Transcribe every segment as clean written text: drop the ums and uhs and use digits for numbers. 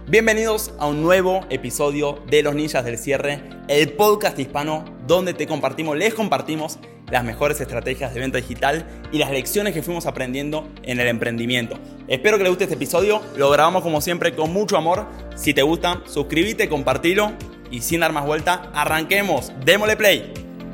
Bienvenidos a un nuevo episodio de Los Ninjas del Cierre, el podcast hispano donde les compartimos las mejores estrategias de venta digital y las lecciones que fuimos aprendiendo en el emprendimiento. Espero que les guste este episodio, lo grabamos como siempre con mucho amor. Si te gusta, suscríbete, compartilo y sin dar más vuelta, arranquemos, démosle play.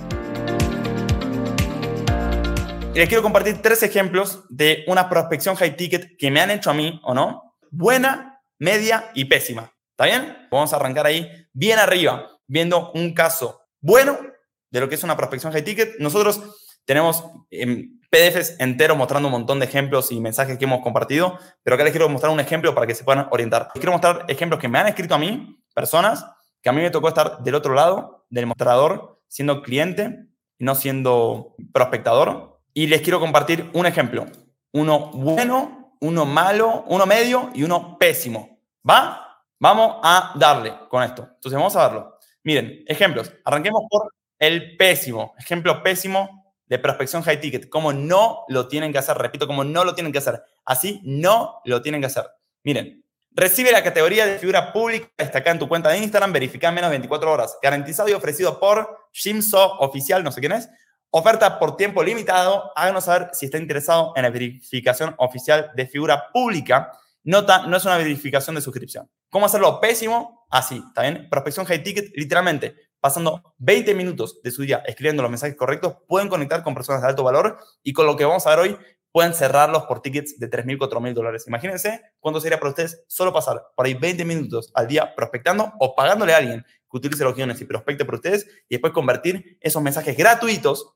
Les quiero compartir 3 ejemplos de una prospección high ticket que me han hecho a mí, ¿o no? Buena, media y pésima. ¿Está bien? Vamos a arrancar ahí bien arriba, viendo un caso bueno de lo que es una prospección high ticket. Nosotros tenemos PDFs enteros mostrando un montón de ejemplos y mensajes que hemos compartido, pero acá les quiero mostrar un ejemplo para que se puedan orientar. Les quiero mostrar ejemplos que me han escrito a mí, personas que a mí me tocó estar del otro lado del mostrador, siendo cliente y no siendo prospectador. Y les quiero compartir un ejemplo. Uno bueno, uno malo, uno medio y uno pésimo. ¿Va? Vamos a darle con esto. Entonces vamos a verlo. Miren, ejemplos. Arranquemos por el pésimo. Ejemplo pésimo de prospección high ticket. Cómo no lo tienen que hacer. Repito, cómo no lo tienen que hacer. Así no lo tienen que hacer. Miren. Recibe la categoría de figura pública destacada en tu cuenta de Instagram, verificada en menos de 24 horas. Garantizado y ofrecido por Jimso Oficial, no sé quién es. Oferta por tiempo limitado. Háganos saber si está interesado en la verificación oficial de figura pública. Nota, no es una verificación de suscripción. ¿Cómo hacerlo pésimo? Así, ¿está bien? Prospección high ticket, literalmente, pasando 20 minutos de su día escribiendo los mensajes correctos, pueden conectar con personas de alto valor y con lo que vamos a ver hoy, pueden cerrarlos por tickets de $3,000, $4,000. Imagínense cuánto sería para ustedes solo pasar por ahí 20 minutos al día prospectando o pagándole a alguien que utilice los guiones y prospecte por ustedes y después convertir esos mensajes gratuitos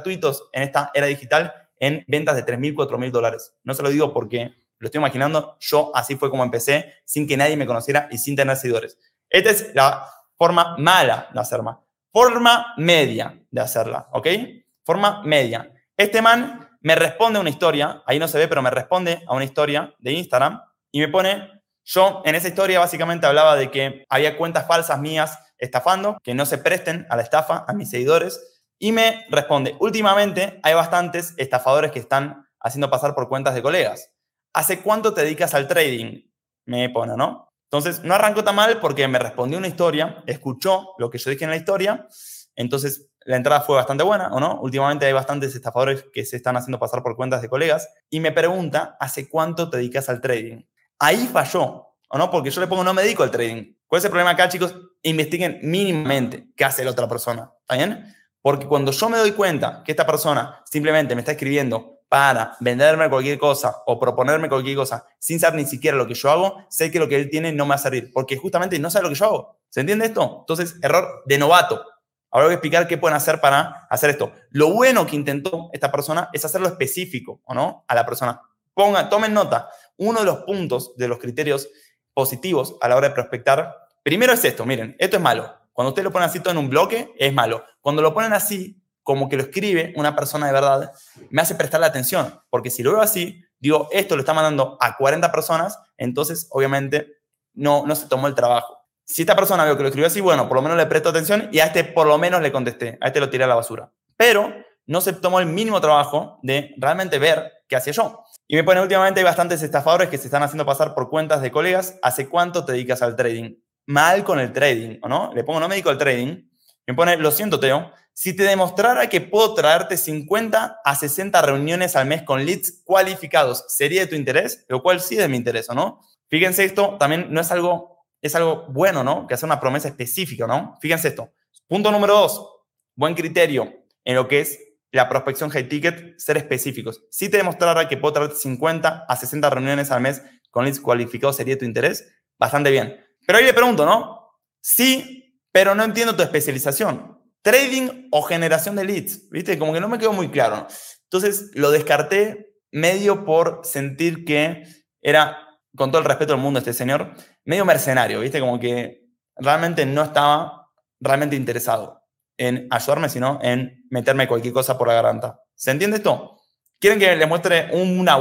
en esta era digital en ventas de $3,000, $4,000. No se lo digo porque lo estoy imaginando, yo así fue como empecé, sin que nadie me conociera y sin tener seguidores. Esta es la forma mala de hacerla. Forma media de hacerla, ¿ok? Forma media. Este man me responde a una historia, ahí no se ve, pero me responde a una historia de Instagram y me pone, yo en esa historia básicamente hablaba de que había cuentas falsas mías estafando, que no se presten a la estafa a mis seguidores y me responde, últimamente hay bastantes estafadores que están haciendo pasar por cuentas de colegas. ¿Hace cuánto te dedicas al trading? Me pone, ¿no? Entonces, no arrancó tan mal porque me respondió una historia, escuchó lo que yo dije en la historia, entonces la entrada fue bastante buena, ¿o no? Últimamente hay bastantes estafadores que se están haciendo pasar por cuentas de colegas y me pregunta, ¿hace cuánto te dedicas al trading? Ahí falló, ¿o no? Porque yo le pongo, no me dedico al trading. ¿Cuál es el problema acá, chicos? Investiguen mínimamente qué hace la otra persona, ¿está bien? Porque cuando yo me doy cuenta que esta persona simplemente me está escribiendo para venderme cualquier cosa o proponerme cualquier cosa sin saber ni siquiera lo que yo hago, sé que lo que él tiene no me va a servir, porque justamente no sabe lo que yo hago. ¿Se entiende esto? Entonces, error de novato. Ahora voy a explicar qué pueden hacer para hacer esto. Lo bueno que intentó esta persona es hacerlo específico, ¿o no? A la persona. Tomen nota. Uno de los puntos de los criterios positivos a la hora de prospectar, primero es esto, miren, esto es malo. Cuando ustedes lo ponen así todo en un bloque, es malo. Cuando lo ponen así, como que lo escribe una persona de verdad, me hace prestarle atención. Porque si lo veo así, digo, esto lo está mandando a 40 personas, entonces, obviamente, no se tomó el trabajo. Si esta persona veo que lo escribió así, bueno, por lo menos le presto atención y a este por lo menos le contesté. A este lo tiré a la basura. Pero no se tomó el mínimo trabajo de realmente ver qué hacía yo. Y me pone, últimamente hay bastantes estafadores que se están haciendo pasar por cuentas de colegas. ¿Hace cuánto te dedicas al trading? Mal con el trading, ¿o no? Le pongo, no me dedico al trading. Me pone, lo siento, Teo. Si te demostrara que puedo traerte 50 a 60 reuniones al mes con leads cualificados, ¿sería de tu interés? Lo cual sí es de mi interés, ¿o no? Fíjense esto, también no es algo bueno, ¿no? Que hacer una promesa específica, ¿no? Fíjense esto. Punto número 2. Buen criterio en lo que es la prospección high ticket, ser específicos. Si te demostrara que puedo traerte 50 a 60 reuniones al mes con leads cualificados, ¿sería de tu interés? Bastante bien. Pero ahí le pregunto, ¿no? Sí, pero no entiendo tu especialización. ¿Trading o generación de leads? ¿Viste? Como que no me quedó muy claro. Entonces lo descarté medio por sentir que era, con todo el respeto del mundo este señor, medio mercenario, ¿viste? Como que realmente no estaba realmente interesado en ayudarme, sino en meterme cualquier cosa por la garganta. ¿Se entiende esto? ¿Quieren que les muestre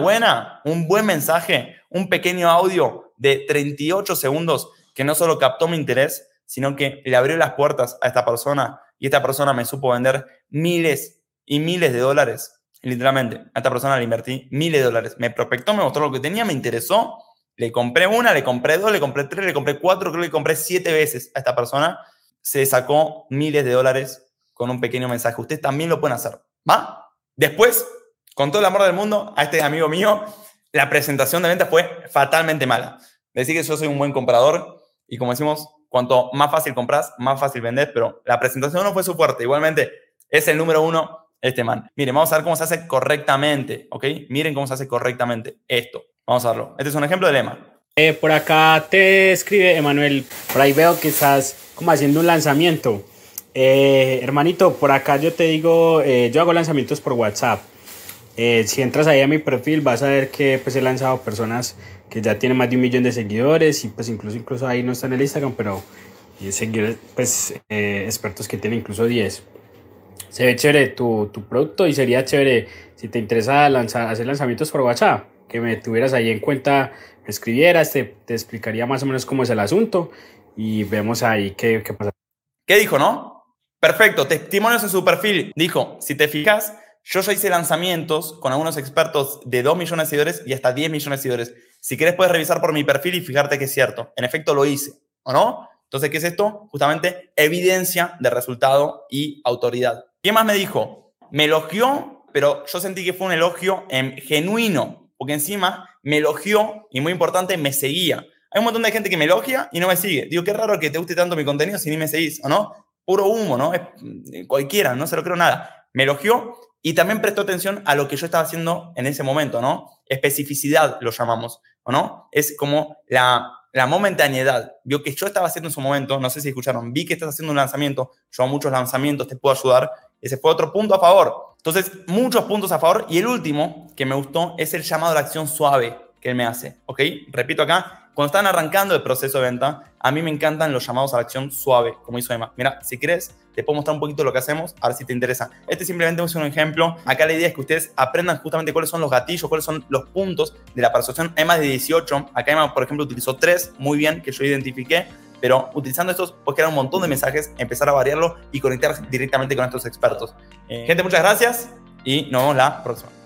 un buen mensaje, un pequeño audio de 38 segundos que no solo captó mi interés, sino que le abrió las puertas a esta persona y esta persona me supo vender miles y miles de dólares? Literalmente, a esta persona le invertí miles de dólares. Me prospectó, me mostró lo que tenía, me interesó, Le compré una, le compré dos, le compré tres, le compré cuatro, creo que le compré 7 veces a esta persona. Se sacó miles de dólares con un pequeño mensaje. Ustedes también lo pueden hacer, ¿va? Después, con todo el amor del mundo, a este amigo mío, la presentación de ventas fue fatalmente mala. Decir que yo soy un buen comprador y como decimos, cuanto más fácil compras, más fácil vendes, pero la presentación no fue su fuerte. Igualmente, es el número uno este man. Miren, vamos a ver cómo se hace correctamente, ¿ok? Miren cómo se hace correctamente esto. Vamos a verlo. Este es un ejemplo de lema. Por acá te escribe Emanuel. Por ahí veo que estás como haciendo un lanzamiento. Hermanito, por acá yo te digo, yo hago lanzamientos por WhatsApp. Si entras ahí a mi perfil vas a ver que pues he lanzado personas que ya tienen más de 1 millón de seguidores y pues incluso ahí no está en el Instagram, pero seguidores, pues expertos que tienen incluso 10. Se ve chévere tu producto y sería chévere si te interesa hacer lanzamientos por WhatsApp, que me tuvieras ahí en cuenta, me escribieras, te explicaría más o menos cómo es el asunto y vemos ahí qué pasa. ¿Qué dijo, no? Perfecto, testimonios en su perfil. Dijo, si te fijas, yo ya hice lanzamientos con algunos expertos de 2 millones de seguidores y hasta 10 millones de seguidores. Si quieres puedes revisar por mi perfil y fijarte que es cierto. En efecto lo hice, ¿o no? Entonces, ¿qué es esto? Justamente evidencia de resultado y autoridad. ¿Qué más me dijo? Me elogió, pero yo sentí que fue un elogio genuino, porque encima me elogió y muy importante, me seguía. Hay un montón de gente que me elogia y no me sigue. Digo, qué raro que te guste tanto mi contenido si ni me seguís, ¿o no? Puro humo, ¿no? Es cualquiera, no se lo creo nada. Me elogió y también prestó atención a lo que yo estaba haciendo en ese momento, ¿no? Especificidad lo llamamos, ¿o no? Es como la momentaneidad. Vio que yo estaba haciendo en su momento, no sé si escucharon, vi que estás haciendo un lanzamiento, yo hago muchos lanzamientos, te puedo ayudar. Ese fue otro punto a favor. Entonces, muchos puntos a favor. Y el último que me gustó es el llamado a la acción suave que él me hace, ¿ok? Repito acá, cuando están arrancando el proceso de venta, a mí me encantan los llamados a la acción suave, como hizo Emma. Mira, si quieres, te puedo mostrar un poquito lo que hacemos, a ver si te interesa. Este simplemente es un ejemplo. Acá la idea es que ustedes aprendan justamente cuáles son los gatillos, cuáles son los puntos de la persuasión. Emma es de 18. Acá Emma, por ejemplo, utilizó 3, muy bien, que yo identifiqué. Pero utilizando estos, puedes crear un montón de mensajes, empezar a variarlo y conectar directamente con estos expertos. Gente, muchas gracias y nos vemos la próxima.